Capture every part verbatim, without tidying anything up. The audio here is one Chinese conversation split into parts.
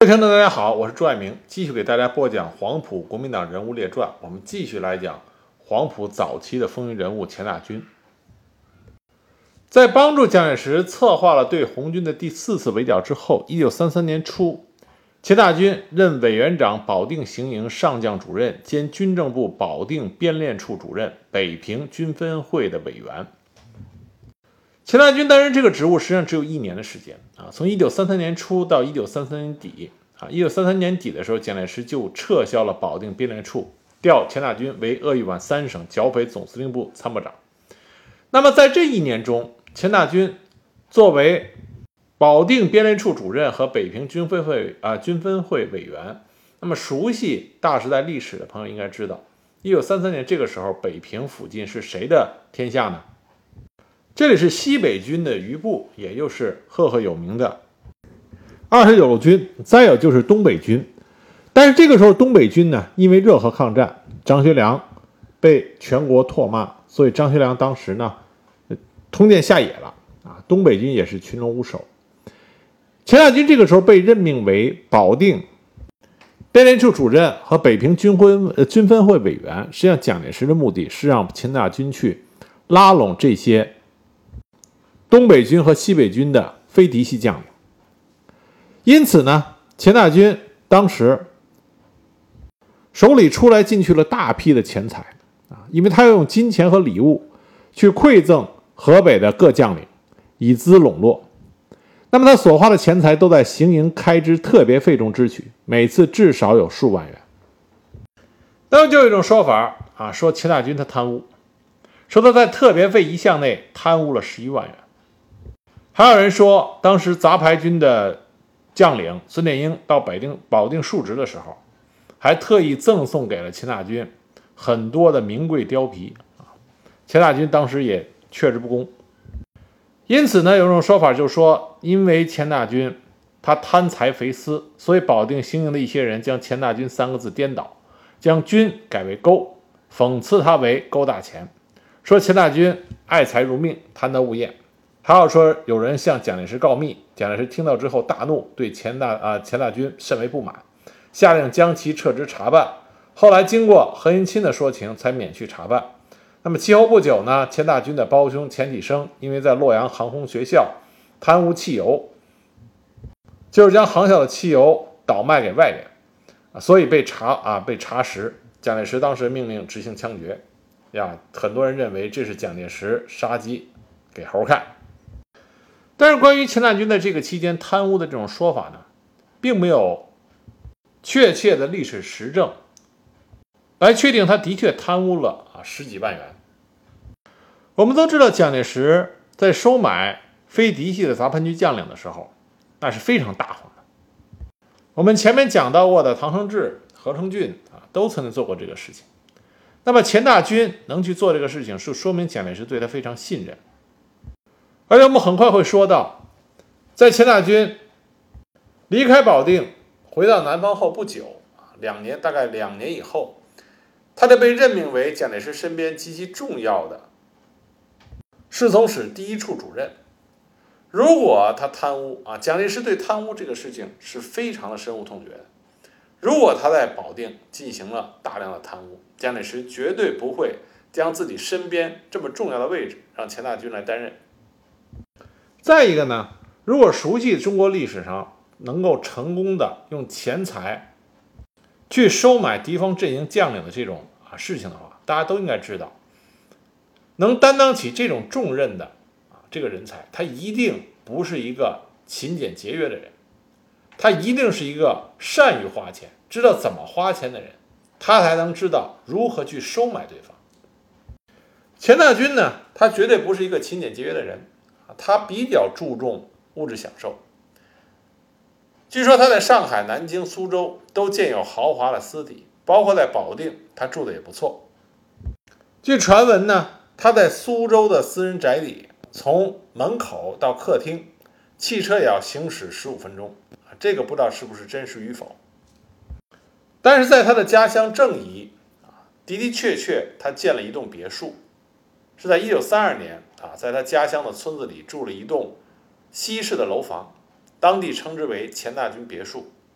各位听众大家好，我是朱爱明，继续给大家播讲黄埔国民党人物列传。我们继续来讲黄埔早期的风云人物钱大钧。在帮助蒋介石策划了对红军的第四次围剿之后，一九三三年初，钱大钧任委员长保定行营上将主任兼军政部保定编练处主任、北平军分会的委员。钱大钧担任这个职务实际上只有一年的时间啊，从一九三三年初到一九三三年底啊，一九三三年底的时候，蒋介石就撤销了保定编练处，调钱大钧为鄂豫皖三省剿匪总司令部参谋长。那么在这一年中，钱大钧作为保定编练处主任和北平军分会啊军分会委员，那么熟悉大时代历史的朋友应该知道，一九三三年这个时候，北平附近是谁的天下呢？这里是西北军的余部，也就是赫赫有名的二十九路军，再有就是东北军。但是这个时候东北军呢，因为热河抗战，张学良被全国唾骂，所以张学良当时呢通电下野了啊，东北军也是群龙无首。钱大钧这个时候被任命为保定编练处主任和北平军分呃军分会委员。实际上蒋介石的目的是让钱大钧去拉拢这些东北军和西北军的非嫡系将领。因此呢，钱大钧当时手里出来进去了大批的钱财啊，因为他要用金钱和礼物去馈赠河北的各将领，以资笼络。那么他所花的钱财都在行营开支特别费中支取，每次至少有数万元。那么就有一种说法啊，说钱大钧他贪污，说他在特别费一项内贪污了十一万元。还有人说，当时杂牌军的将领孙殿英到北定保定述职的时候，还特意赠送给了钱大钧很多的名贵貂皮啊，钱大钧当时也却之不恭。因此呢，有一种说法就是说，因为钱大钧他贪财肥私，所以保定行营的一些人将钱大钧三个字颠倒，将钧改为勾，讽刺他为勾大钱，说钱大钧爱财如命，贪得无厌。还有说有人向蒋介石告密，蒋介石听到之后大怒，对钱大啊钱大钧甚为不满，下令将其撤职查办。后来经过何应钦的说情，才免去查办。那么其后不久呢，钱大钧的胞兄钱启生因为在洛阳航空学校贪污汽油，就是将航校的汽油倒卖给外人，所以被查啊被查实。蒋介石当时命令执行枪决呀，很多人认为这是蒋介石杀鸡给猴看。但是关于钱大钧在这个期间贪污的这种说法呢，并没有确切的历史实证来确定他的确贪污了啊十几万元。我们都知道蒋介石在收买非嫡系的杂牌军将领的时候，那是非常大方的。我们前面讲到过的唐生智、何成俊啊，都曾经做过这个事情。那么钱大钧能去做这个事情，是说明蒋介石对他非常信任。而且我们很快会说到，在钱大钧离开保定回到南方后不久，两年大概两年以后，他就被任命为蒋介石身边极其重要的侍从室第一处主任。如果他贪污啊，蒋介石对贪污这个事情是非常的深恶痛绝的。如果他在保定进行了大量的贪污，蒋介石绝对不会将自己身边这么重要的位置让钱大钧来担任。再一个呢，如果熟悉中国历史上能够成功的用钱财去收买敌方阵营将领的这种啊事情的话，大家都应该知道，能担当起这种重任的啊这个人才，他一定不是一个勤俭节约的人，他一定是一个善于花钱、知道怎么花钱的人，他才能知道如何去收买对方。钱大钧呢，他绝对不是一个勤俭节约的人，他比较注重物质享受。据说他在上海、南京、苏州都建有豪华的私邸，包括在保定，他住的也不错。据传闻呢，他在苏州的私人宅邸，从门口到客厅，汽车也要行驶十五分钟，这个不知道是不是真实与否。但是在他的家乡郑宜，的的确确他建了一栋别墅，是在一九三二年啊，在他家乡的村子里住了一栋西式的楼房，当地称之为钱大钧别墅。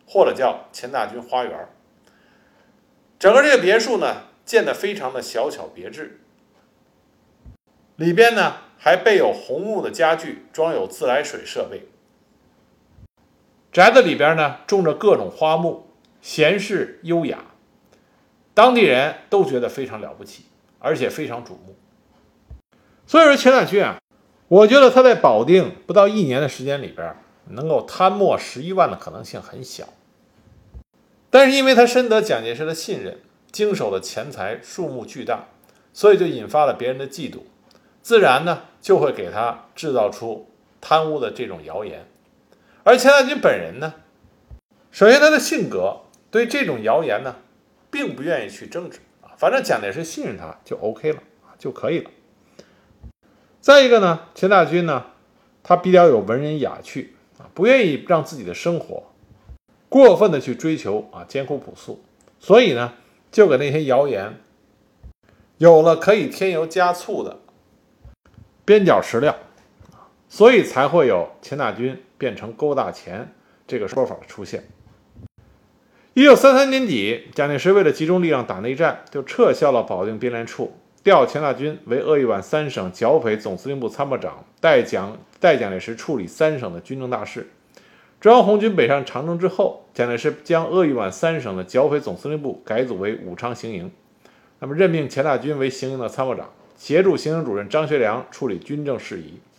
或者叫钱大钧花园。整个这个别墅呢，建得非常的小巧别致，里边呢还备有红木的家具，装有自来水设备。宅子里边呢种着各种花木，闲适优雅，当地人都觉得非常了不起，而且非常瞩目。所以说钱大钧啊，我觉得他在保定不到一年的时间里边，能够贪墨十一万的可能性很小。但是因为他深得蒋介石的信任，经手的钱财数目巨大，所以就引发了别人的嫉妒，自然呢就会给他制造出贪污的这种谣言。而钱大钧本人呢，首先他的性格对这种谣言呢并不愿意去争执，反正蒋介石信任他就 OK 了，就可以了。再一个呢，钱大钧呢他比较有文人雅趣，不愿意让自己的生活过分的去追求啊艰苦朴素，所以呢就给那些谣言有了可以添油加醋的边角实料，所以才会有钱大钧变成勾大钱这个说法的出现。一九三三年底，蒋介石为了集中力量打内战，就撤销了保定编练处，调钱大钧为鄂豫皖三省剿匪总司令部参谋长，代蒋代蒋介石处理三省的军政大事。中央红军北上长征之后，蒋介石将鄂豫皖三省的剿匪总司令部改组为武昌行营，那么任命钱大钧为行营的参谋长，协助行营主任张学良处理军政事宜。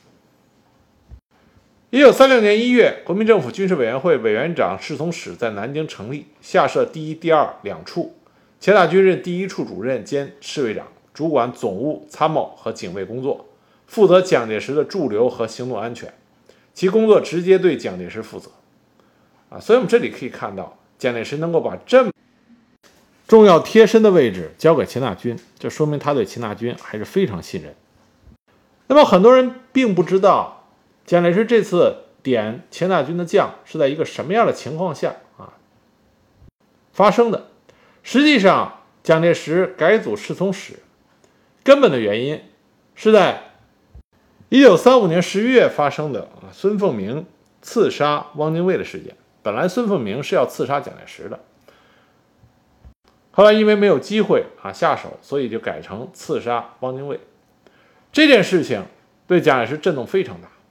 一九三六年一月，国民政府军事委员会委员长侍从室在南京成立，下设第一、第二两处，钱大钧任第一处主任兼侍卫长，主管总务、参谋和警卫工作，负责蒋介石的驻留和行动安全，其工作直接对蒋介石负责。啊，所以我们这里可以看到，蒋介石能够把这么重要贴身的位置交给钱大钧，这说明他对钱大钧还是非常信任。那么很多人并不知道蒋介石这次点钱大钧的将是在一个什么样的情况下啊发生的。实际上，蒋介石改组侍从室根本的原因是在一九三五年十一月发生的啊孙凤鸣刺杀汪精卫的事件。本来孙凤鸣是要刺杀蒋介石的，后来因为没有机会啊下手，所以就改成刺杀汪精卫。这件事情对蒋介石震动非常大，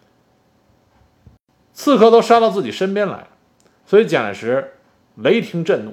刺客都杀到自己身边来了，所以蒋介石雷霆震怒。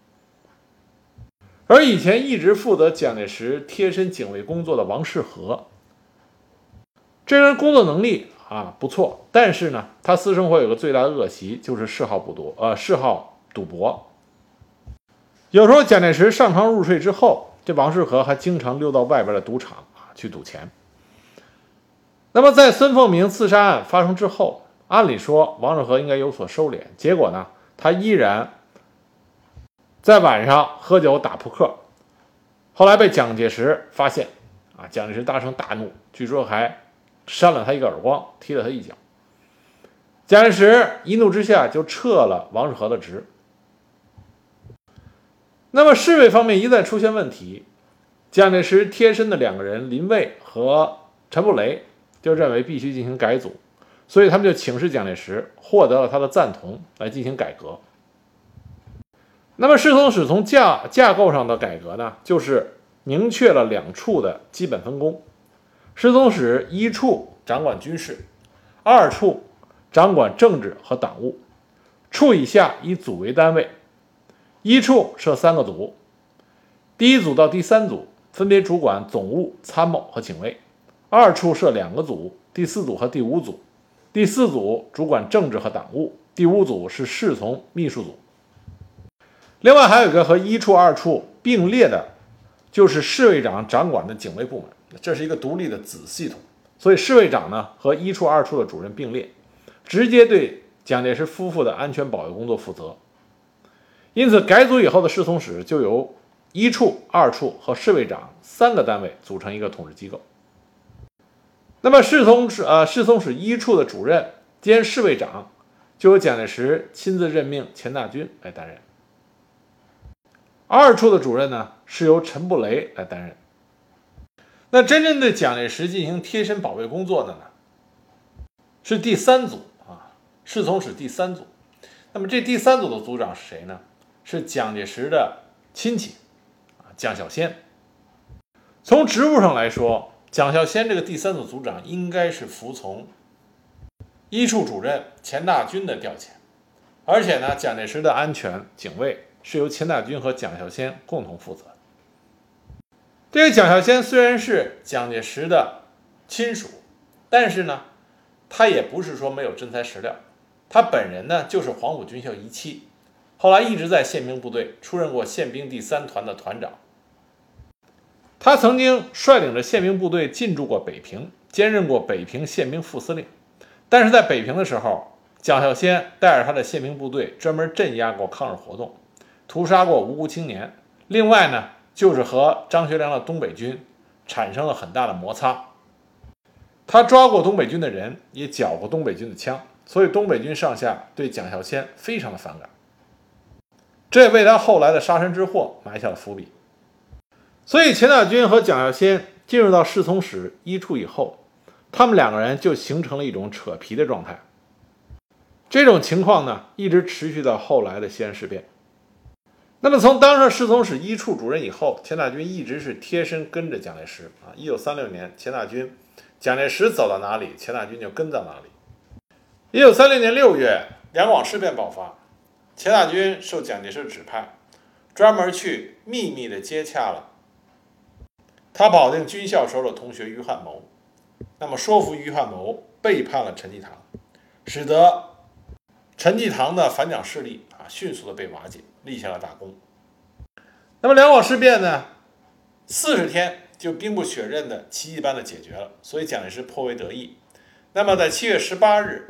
而以前一直负责蒋介石贴身警卫工作的王世和，这人工作能力啊不错，但是呢，他私生活有个最大的恶习，就是嗜好不夺，呃，嗜好赌博。有时候蒋介石上床入睡之后，这王世和还经常溜到外边的赌场啊去赌钱。那么在孙凤鸣刺杀案发生之后，按理说王世和应该有所收敛，结果呢，他依然在晚上喝酒打扑克。后来被蒋介石发现，啊，蒋介石大声大怒，据说还扇了他一个耳光，踢了他一脚。蒋介石一怒之下就撤了王世和的职。那么侍卫方面一再出现问题，蒋介石贴身的两个人林蔚和陈布雷就认为必须进行改组，所以他们就请示蒋介石，获得了他的赞同来进行改革。那么侍从室从架架构上的改革呢，就是明确了两处的基本分工。侍从室一处掌管军事，二处掌管政治和党务，处以下以组为单位，一处设三个组，第一组到第三组分别主管总务、参谋和警卫，二处设两个组，第四组和第五组，第四组主管政治和党务，第五组是侍从秘书组。另外还有一个和一处、二处并列的，就是侍卫长掌管的警卫部门，这是一个独立的子系统，所以侍卫长呢和一处、二处的主任并列，直接对蒋介石夫妇的安全保卫工作负责。因此改组以后的侍从室就由一处、二处和侍卫长三个单位组成一个统治机构。那么侍从室呃侍从室一处的主任兼侍卫长就由蒋介石亲自任命钱大钧来担任，二处的主任呢是由陈布雷来担任。那真正对蒋介石进行贴身保卫工作的呢是第三组啊，侍从室第三组。 那么这第三组的组长是谁呢？是蒋介石的亲戚啊，蒋孝先。从职务上来说，蒋孝先这个第三组组长应该是服从一处主任钱大钧的调遣，而且呢，蒋介石的安全警卫是由钱大钧和蒋孝先共同负责。这个蒋孝先虽然是蒋介石的亲属，但是呢，他也不是说没有真材实料，他本人呢就是黄埔军校一期，后来一直在宪兵部队出任过宪兵第三团的团长。他曾经率领着宪兵部队进驻过北平，兼任过北平宪兵副司令。但是在北平的时候，蒋孝先带着他的宪兵部队专门镇压过抗日活动，屠杀过无辜青年。另外呢，就是和张学良的东北军产生了很大的摩擦。他抓过东北军的人，也缴过东北军的枪，所以东北军上下对蒋孝先非常的反感，这也为他后来的杀身之祸埋下了伏笔。所以钱大钧和蒋孝先进入到侍从室一处以后，他们两个人就形成了一种扯皮的状态。这种情况呢，一直持续到后来的西安事变。那么从当上侍从室一处主任以后，钱大钧一直是贴身跟着蒋介石啊。一九三六年，钱大钧蒋介石走到哪里，钱大钧就跟到哪里。一九三六年六月，两广事变爆发，钱大钧受蒋介石指派，专门去秘密的接洽了他保定军校时候的同学于汉谋，那么说服于汉谋背叛了陈济棠，使得陈济棠的反蒋势力啊迅速的被瓦解，立下了大功。那么两广事变呢，四十天就兵不血刃的奇迹般的解决了，所以蒋介石颇为得意。那么在七月十八日，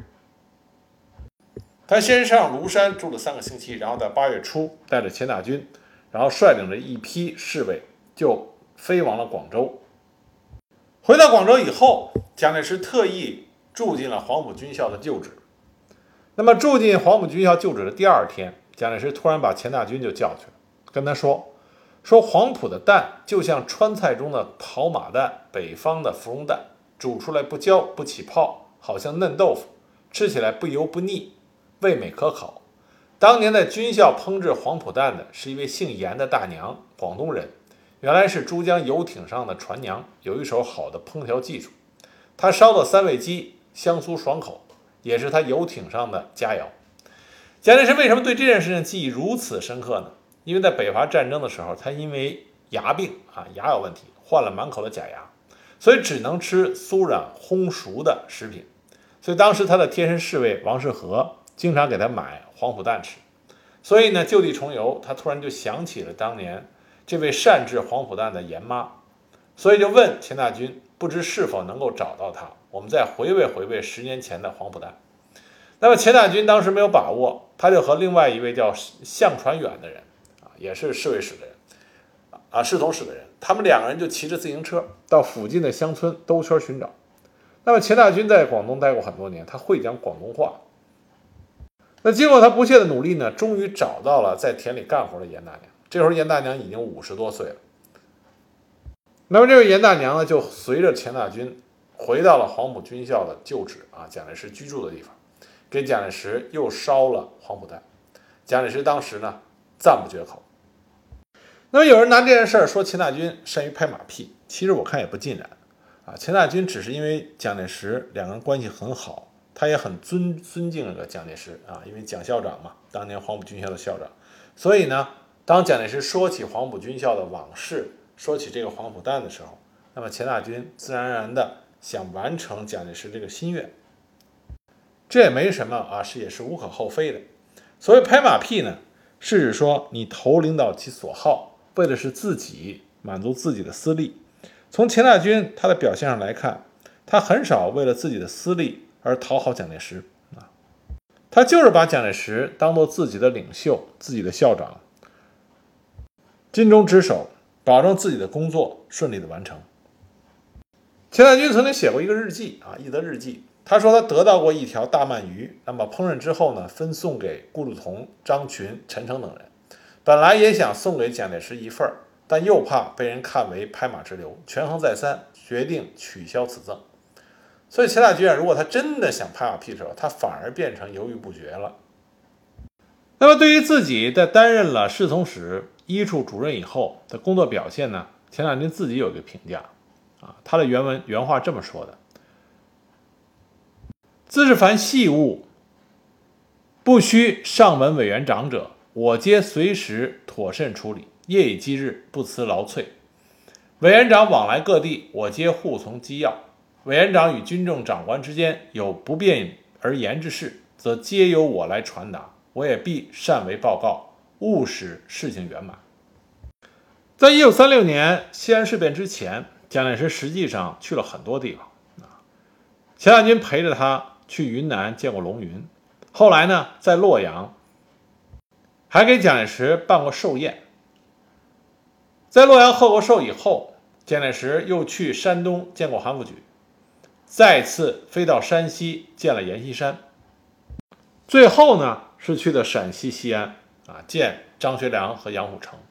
他先上庐山住了三个星期，然后在八月初带着钱大钧，然后率领着一批侍卫就飞往了广州。回到广州以后，蒋介石特意住进了黄埔军校的旧址。那么住进黄埔军校旧址的第二天，蒋介石突然把钱大钧就叫去了，跟他说说黄埔的蛋就像川菜中的跑马蛋，北方的芙蓉蛋，煮出来不焦不起泡，好像嫩豆腐，吃起来不油不腻，味美可口。当年在军校烹制黄埔蛋的是一位姓严的大娘，广东人，原来是珠江游艇上的船娘，有一手好的烹调技术。她烧的三味鸡香酥爽口，也是她游艇上的佳肴。蒋介石为什么对这件事情记忆如此深刻呢？因为在北伐战争的时候，他因为牙病啊，牙有问题，患了满口的假牙，所以只能吃酥软烘熟的食品。所以当时他的贴身侍卫王世和经常给他买黄埔蛋吃。所以呢，就地重游，他突然就想起了当年这位善制黄埔蛋的严妈，所以就问钱大钧，不知是否能够找到他，我们再回味回味十年前的黄埔蛋。那么钱大钧当时没有把握，他就和另外一位叫向传远的人啊，也是侍卫室的人啊，侍从室的人，他们两个人就骑着自行车到附近的乡村兜圈寻找。那么钱大钧在广东待过很多年，他会讲广东话。那经过他不懈的努力呢，终于找到了在田里干活的严大娘。这时候严大娘已经五十多岁了。那么这位严大娘呢，就随着钱大钧回到了黄埔军校的旧址啊，蒋介石居住的地方，给蒋介石又烧了黄埔蛋。蒋介石当时呢赞不绝口。那么有人拿这件事儿说钱大钧善于拍马屁，其实我看也不尽然啊。钱大钧只是因为蒋介石两个人关系很好，他也很尊尊敬这个蒋介石啊，因为蒋校长嘛，当年黄埔军校的校长，所以呢，当蒋介石说起黄埔军校的往事，说起这个黄埔蛋的时候，那么钱大钧自然而然的想完成蒋介石这个心愿，这也没什么啊，是也是无可厚非的。所谓拍马屁呢，是指说你投领导其所好，为的是自己满足自己的私利。从钱大钧他的表现上来看，他很少为了自己的私利而讨好蒋介石啊，他就是把蒋介石当做自己的领袖、自己的校长，尽忠职守，保证自己的工作顺利的完成。钱大钧曾经写过一个日记啊，一则日记，他说他得到过一条大鳗鱼，那么烹饪之后呢，分送给顾祝同、张群、陈诚等人。本来也想送给蒋介石一份，但又怕被人看为拍马之流，权衡再三，决定取消此赠。所以钱大钧如果他真的想拍马屁的时候，他反而变成犹豫不决了。 那么对于自己在担任了侍从室一处主任以后的工作表现呢，钱大钧自己有一个评价啊，他的原文原话这么说的：自是凡细务不须上闻委员长者，我皆随时妥慎处理，夜以继日，不辞劳瘁。委员长往来各地，我皆护从机要。委员长与军政长官之间有不便而言之事，则皆由我来传达，我也必善为报告，务使事情圆满。在一九三六年西安事变之前，蒋介石实际上去了很多地方啊。钱大钧陪着他去云南见过龙云，后来呢，在洛阳还给蒋介石办过寿宴。在洛阳贺过寿以后，蒋介石又去山东见过韩复榘，再次飞到山西见了阎锡山，最后呢是去的陕西西安啊，见张学良和杨虎城。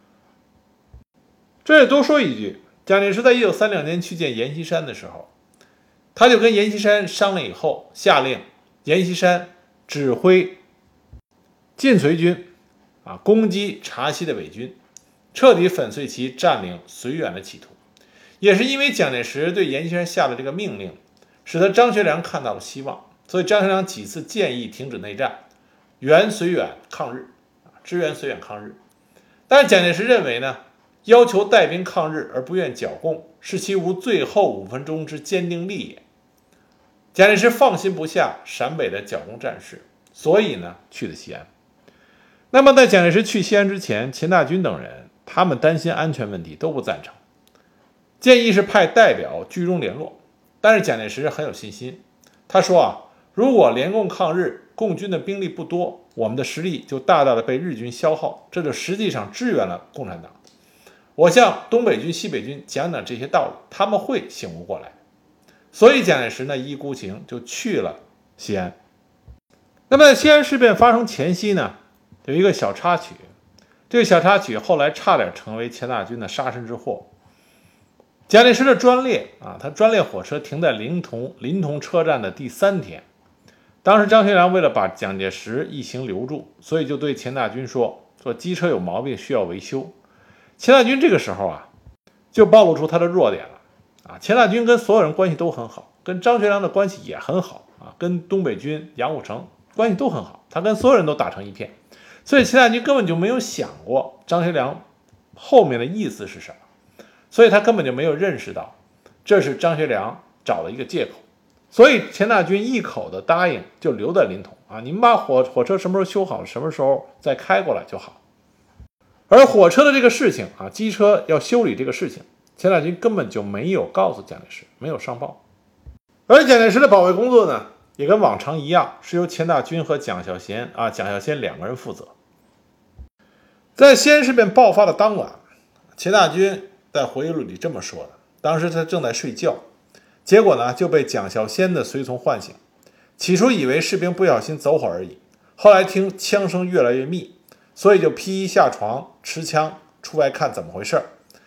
这里多说一句，蒋介石在一九三两年去见阎锡山的时候，他就跟阎锡山商量以后，下令阎锡山指挥晋绥军啊攻击察西的伪军，彻底粉碎其占领绥远的企图。也是因为蒋介石对阎锡山下了这个命令，使得张学良看到了希望，所以张学良几次建议停止内战，援绥远抗日，支援绥远抗日。但是蒋介石认为呢，要求带兵抗日而不愿剿共，是其无最后五分钟之坚定力也。蒋介石放心不下陕北的剿共战事，所以呢去了西安。那么在蒋介石去西安之前，钱大钧等人他们担心安全问题，都不赞成，建议是派代表居中联络。但是蒋介石很有信心，他说啊，如果联共抗日，共军的兵力不多，我们的实力就大大的被日军消耗，这就实际上支援了共产党。我向东北军、西北军讲讲这些道理，他们会醒悟过来。所以蒋介石呢一意孤行就去了西安。那么在西安事变发生前夕呢，有一个小插曲，这个小插曲后来差点成为钱大钧的杀身之祸。蒋介石的专列啊，他专列火车停在临潼临潼车站的第三天，当时张学良为了把蒋介石一行留住，所以就对钱大钧说说机车有毛病需要维修。钱大钧这个时候啊，就暴露出他的弱点了啊。钱大钧跟所有人关系都很好，跟张学良的关系也很好啊，跟东北军杨虎城关系都很好，他跟所有人都打成一片。所以钱大钧根本就没有想过张学良后面的意思是什么，所以他根本就没有认识到这是张学良找了一个借口。所以钱大钧一口的答应就留在临潼啊，你们把火火车什么时候修好，什么时候再开过来就好。而火车的这个事情啊，机车要修理这个事情，钱大钧根本就没有告诉蒋介石，没有上报。而蒋介石的保卫工作呢，也跟往常一样，是由钱大钧和蒋孝贤啊，蒋孝贤两个人负责。在西安事变爆发的当晚，钱大钧在回忆录里这么说的：当时他正在睡觉，结果呢就被蒋孝先的随从唤醒。起初以为士兵不小心走火而已，后来听枪声越来越密，所以就披衣下床持枪出来看怎么回事。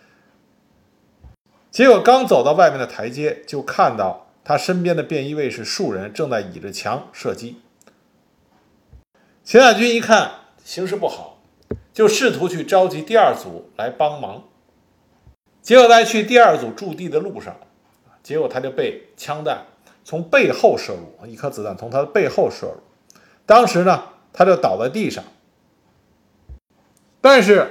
结果刚走到外面的台阶，就看到他身边的便衣卫士数人正在倚着墙射击。钱大钧一看形势不好，就试图去召集第二组来帮忙。结果在去第二组驻地的路上，结果他就被枪弹从背后射入，一颗子弹从他的背后射入。当时呢，他就倒在地上，但是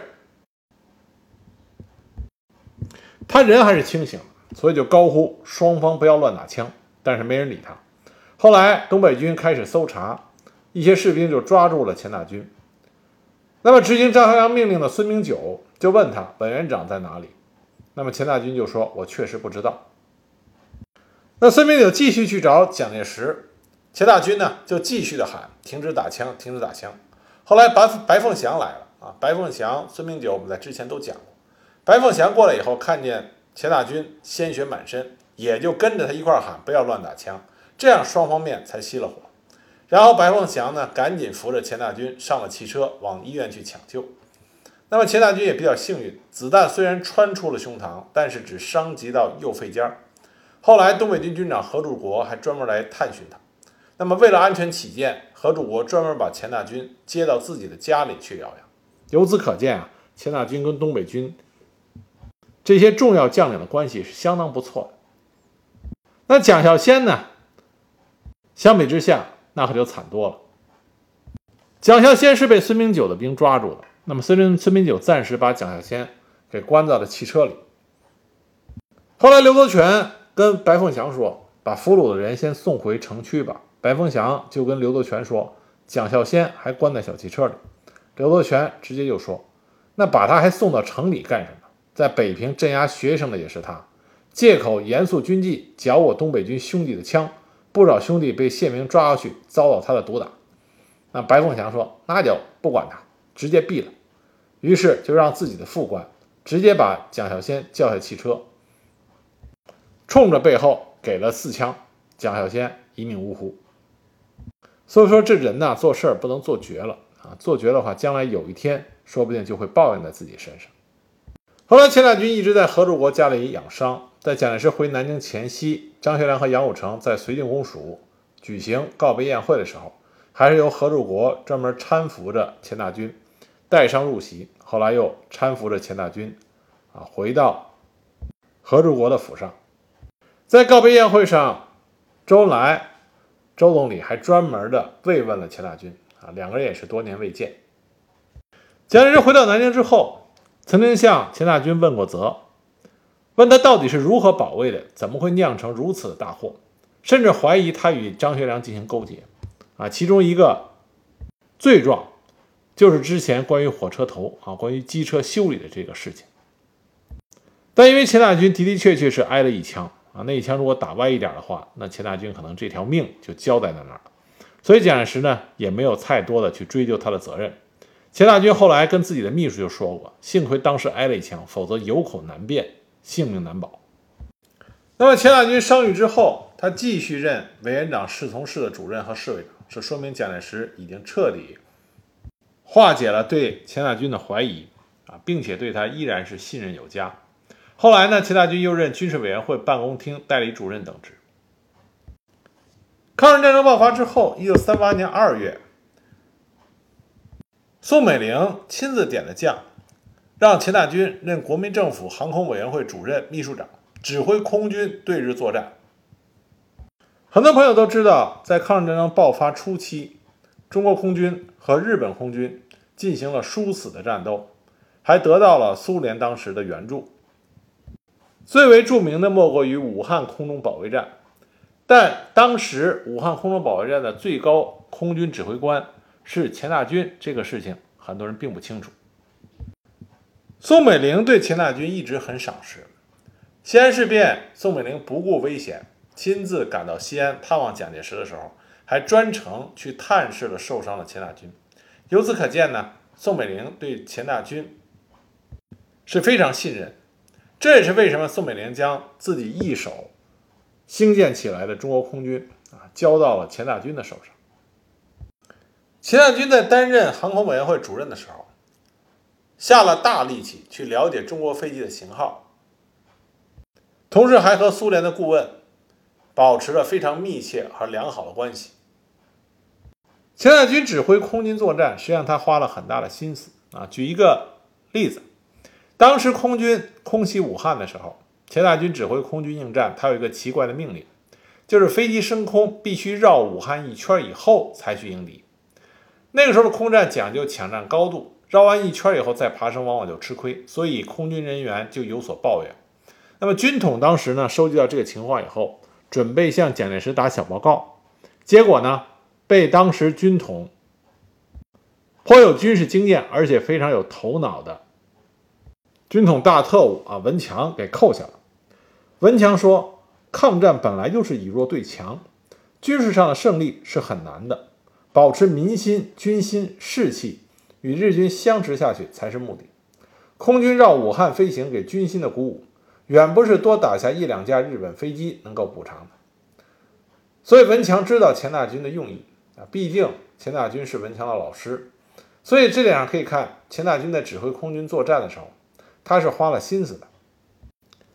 他人还是清醒，所以就高呼双方不要乱打枪，但是没人理他。后来东北军开始搜查，一些士兵就抓住了钱大钧。那么执行张学良命令的孙明九就问他委员长在哪里，那么钱大钧就说我确实不知道。那孙明九继续去找蒋介石，钱大钧呢就继续的喊停止打枪，停止打枪。后来白白凤祥来了啊，白凤祥、孙明九我们在之前都讲过。白凤祥过来以后，看见钱大钧鲜血满身，也就跟着他一块喊不要乱打枪，这样双方面才熄了火。然后白凤祥呢赶紧扶着钱大钧上了汽车，往医院去抢救。那么钱大钧也比较幸运，子弹虽然穿出了胸膛，但是只伤及到右肺尖。后来东北军军长何柱国还专门来探寻他， 那么为了安全起见，何柱国专门把钱大钧接到自己的家里去疗养。由此可见啊，钱大钧跟东北军这些重要将领的关系是相当不错的。那蒋孝先呢，相比之下那可就惨多了。蒋孝先是被孙明九的兵抓住的，那么孙孙明九暂时把蒋孝先给关在了汽车里。后来刘伯权跟白凤祥说，把俘虏的人先送回城区吧。白凤祥就跟刘伯权说，蒋孝先还关在小汽车里。刘伯权直接就说，那把他还送到城里干什么？在北平镇压学生的也是他，借口严肃军纪缴我东北军兄弟的枪，不少兄弟被谢明抓下去，遭到他的毒打。那白凤祥说，那就不管他，直接毙了。于是就让自己的副官直接把蒋孝先叫下汽车，冲着背后给了四枪，蒋孝先一命呜呼。所以说这人呢，做事不能做绝了啊！做绝的话，将来有一天说不定就会报应在自己身上。后来钱大钧一直在何柱国家里养伤，在蒋介石回南京前夕，张学良和杨虎城在绥靖公署举行告别宴会的时候，还是由何柱国专门搀扶着钱大钧带伤入席，后来又搀扶着钱大钧啊回到何柱国的府上。在告别宴会上，周恩来周总理还专门的慰问了钱大钧啊，两个人也是多年未见。蒋介石回到南京之后，曾经向钱大钧问过责，问他到底是如何保卫的，怎么会酿成如此的大祸，甚至怀疑他与张学良进行勾结啊。其中一个罪状就是之前关于火车头啊，关于机车修理的这个事情。但因为钱大钧的的确确是挨了一枪啊，那一枪如果打歪一点的话，那钱大钧可能这条命就交代在那儿了。所以蒋介石呢也没有太多的去追究他的责任。钱大钧后来跟自己的秘书就说过，幸亏当时挨了一枪，否则有口难辩，性命难保。那么钱大钧伤愈之后，他继续任委员长侍从室的主任和侍卫长，这说明蒋介石已经彻底化解了对钱大钧的怀疑啊，并且对他依然是信任有加。后来呢，钱大钧又任军事委员会办公厅代理主任等职。抗日战争爆发之后，一九三八年二月，宋美龄亲自点的将，让钱大钧任国民政府航空委员会主任、秘书长，指挥空军对日作战。很多朋友都知道，在抗日战争爆发初期，中国空军和日本空军进行了殊死的战斗，还得到了苏联当时的援助。最为著名的莫过于武汉空中保卫战，但当时武汉空中保卫战的最高空军指挥官是钱大钧，这个事情很多人并不清楚。宋美龄对钱大钧一直很赏识，西安事变，宋美龄不顾危险，亲自赶到西安探望蒋介石的时候，还专程去探视了受伤的钱大钧。由此可见呢，宋美龄对钱大钧是非常信任。这也是为什么宋美龄将自己一手兴建起来的中国空军啊交到了钱大钧的手上。钱大钧在担任航空委员会主任的时候，下了大力气去了解中国飞机的型号，同时还和苏联的顾问保持了非常密切和良好的关系。钱大钧指挥空军作战，实际上他花了很大的心思啊。举一个例子，当时空军空袭武汉的时候，钱大钧指挥空军应战，他有一个奇怪的命令，就是飞机升空必须绕武汉一圈以后才去迎敌。那个时候的空战讲究抢占高度，绕完一圈以后再爬升往往就吃亏，所以空军人员就有所抱怨。那么军统当时呢收集到这个情况以后，准备向蒋介石打小报告，结果呢被当时军统颇有军事经验而且非常有头脑的军统大特务啊文强给扣下了。文强说，抗战本来就是以弱对强，军事上的胜利是很难的，保持民心、军心、士气与日军相持下去才是目的。空军绕武汉飞行给军心的鼓舞，远不是多打下一两架日本飞机能够补偿的。所以文强知道钱大钧的用意啊，毕竟钱大钧是文强的老师，所以这点上可以看钱大钧在指挥空军作战的时候，他是花了心思的。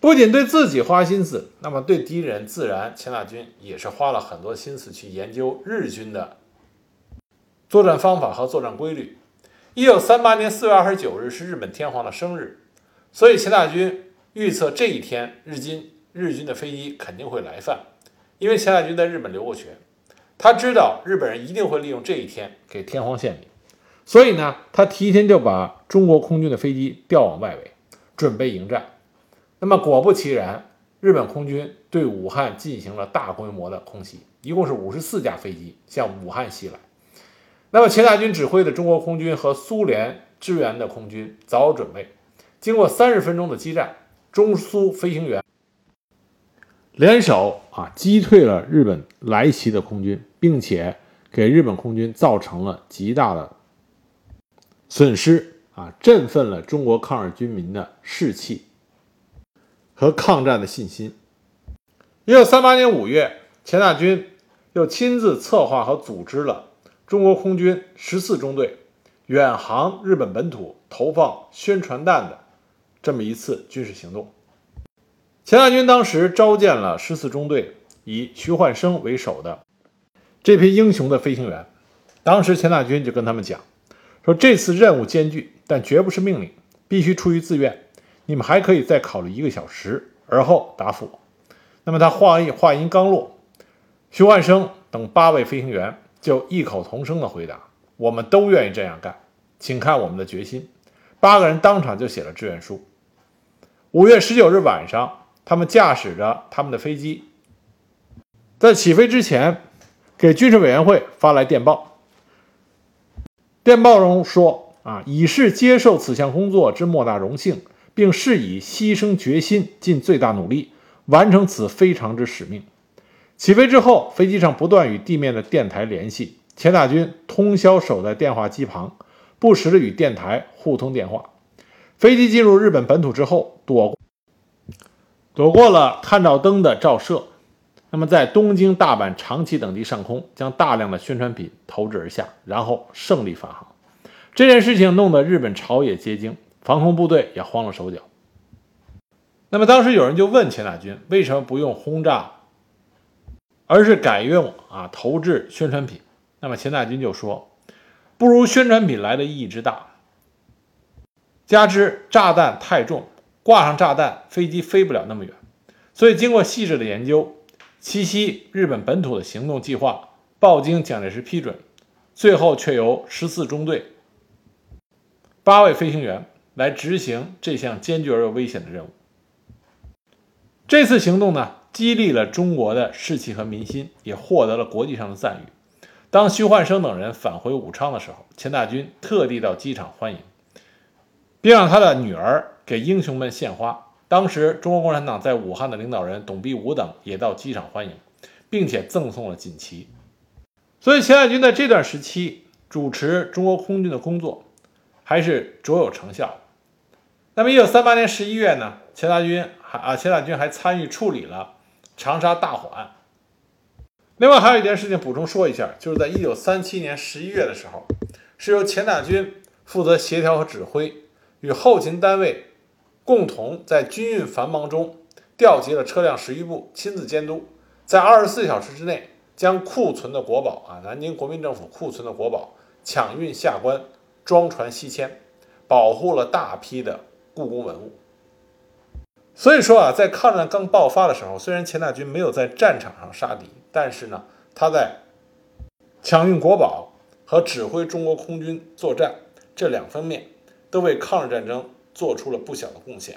不仅对自己花心思，那么对敌人自然钱大钧也是花了很多心思去研究日军的作战方法和作战规律。一九三八年四月二十九日是日本天皇的生日，所以钱大钧预测这一天日军日军的飞机肯定会来犯，因为钱大钧在日本留过学，他知道日本人一定会利用这一天给天皇献礼，所以呢，他提前就把中国空军的飞机调往外围，准备迎战。那么果不其然，日本空军对武汉进行了大规模的空袭，一共是五十四架飞机向武汉袭来。那么钱大钧指挥的中国空军和苏联支援的空军早有准备，经过三十分钟的激战，中苏飞行员联手啊击退了日本来袭的空军，并且给日本空军造成了极大的损失啊，振奋了中国抗日军民的士气和抗战的信心。一九三八年五月，钱大钧又亲自策划和组织了中国空军十四中队远航日本本土投放宣传弹的这么一次军事行动。钱大钧当时召见了十四中队以徐焕生为首的这批英雄的飞行员，当时钱大钧就跟他们讲说，这次任务艰巨，但绝不是命令，必须出于自愿，你们还可以再考虑一个小时，而后答复我。那么他话音话音刚落，徐焕生等八位飞行员就异口同声的回答，我们都愿意这样干，请看我们的决心。八个人当场就写了志愿书。五月十九日晚上，他们驾驶着他们的飞机，在起飞之前给军事委员会发来电报。电报中说啊，以示接受此项工作之莫大荣幸，并誓以牺牲决心，尽最大努力完成此非常之使命。起飞之后，飞机上不断与地面的电台联系，钱大钧通宵守在电话机旁，不时的与电台互通电话。飞机进入日本本土之后，躲躲过了探照灯的照射，那么在东京、大阪、长崎等地上空将大量的宣传品投掷而下，然后胜利返航。这件事情弄得日本朝野皆惊，防空部队也慌了手脚。那么当时有人就问钱大钧，为什么不用轰炸，而是改用啊投掷宣传品？那么钱大钧就说，不如宣传品来的意义之大，加之炸弹太重，挂上炸弹飞机飞不了那么远，所以经过细致的研究，七夕日本本土的行动计划报经蒋介石批准，最后却由十四中队八位飞行员来执行这项艰巨而又危险的任务。这次行动呢，激励了中国的士气和民心，也获得了国际上的赞誉。当徐焕生等人返回武昌的时候，钱大钧特地到机场欢迎，并让他的女儿给英雄们献花。当时中国共产党在武汉的领导人董必武等也到机场欢迎，并且赠送了锦旗。所以钱大钧在这段时期主持中国空军的工作还是卓有成效。那么一九三八年十一月呢，钱大钧还啊钱大钧还参与处理了长沙大火案。另外还有一件事情补充说一下，就是在一九三七年十一月的时候，是由钱大钧负责协调和指挥，与后勤单位共同在军运繁忙中调集了车辆十余部，亲自监督，在二十四小时之内将库存的国宝啊，南京国民政府库存的国宝抢运下关，装船西迁，保护了大批的故宫文物。所以说啊，在抗战刚爆发的时候，虽然钱大钧没有在战场上杀敌，但是呢，他在抢运国宝和指挥中国空军作战这两方面，都为抗日战争做出了不小的贡献。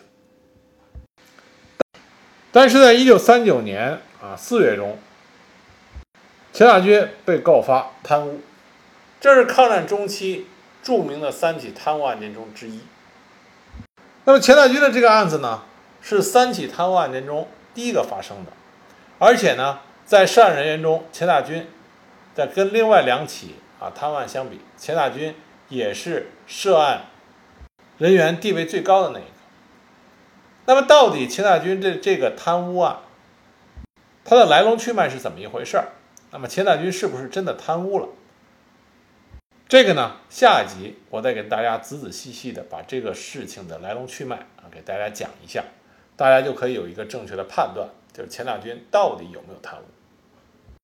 但是在一九三九年啊四月中，钱大钧被告发贪污，这是抗战中期著名的三起贪污案件中之一。那么钱大钧的这个案子呢，是三起贪污案件中第一个发生的，而且呢，在涉案人员中，钱大钧在跟另外两起啊贪污案相比，钱大钧也是涉案人员地位最高的那一个。那么到底钱大钧这这个贪污案，它的来龙去脉是怎么一回事？那么钱大钧是不是真的贪污了？这个呢，下一集我再给大家仔仔细细的把这个事情的来龙去脉啊给大家讲一下。 大家就可以有一个正确的判断，就是钱大钧到底有没有贪污。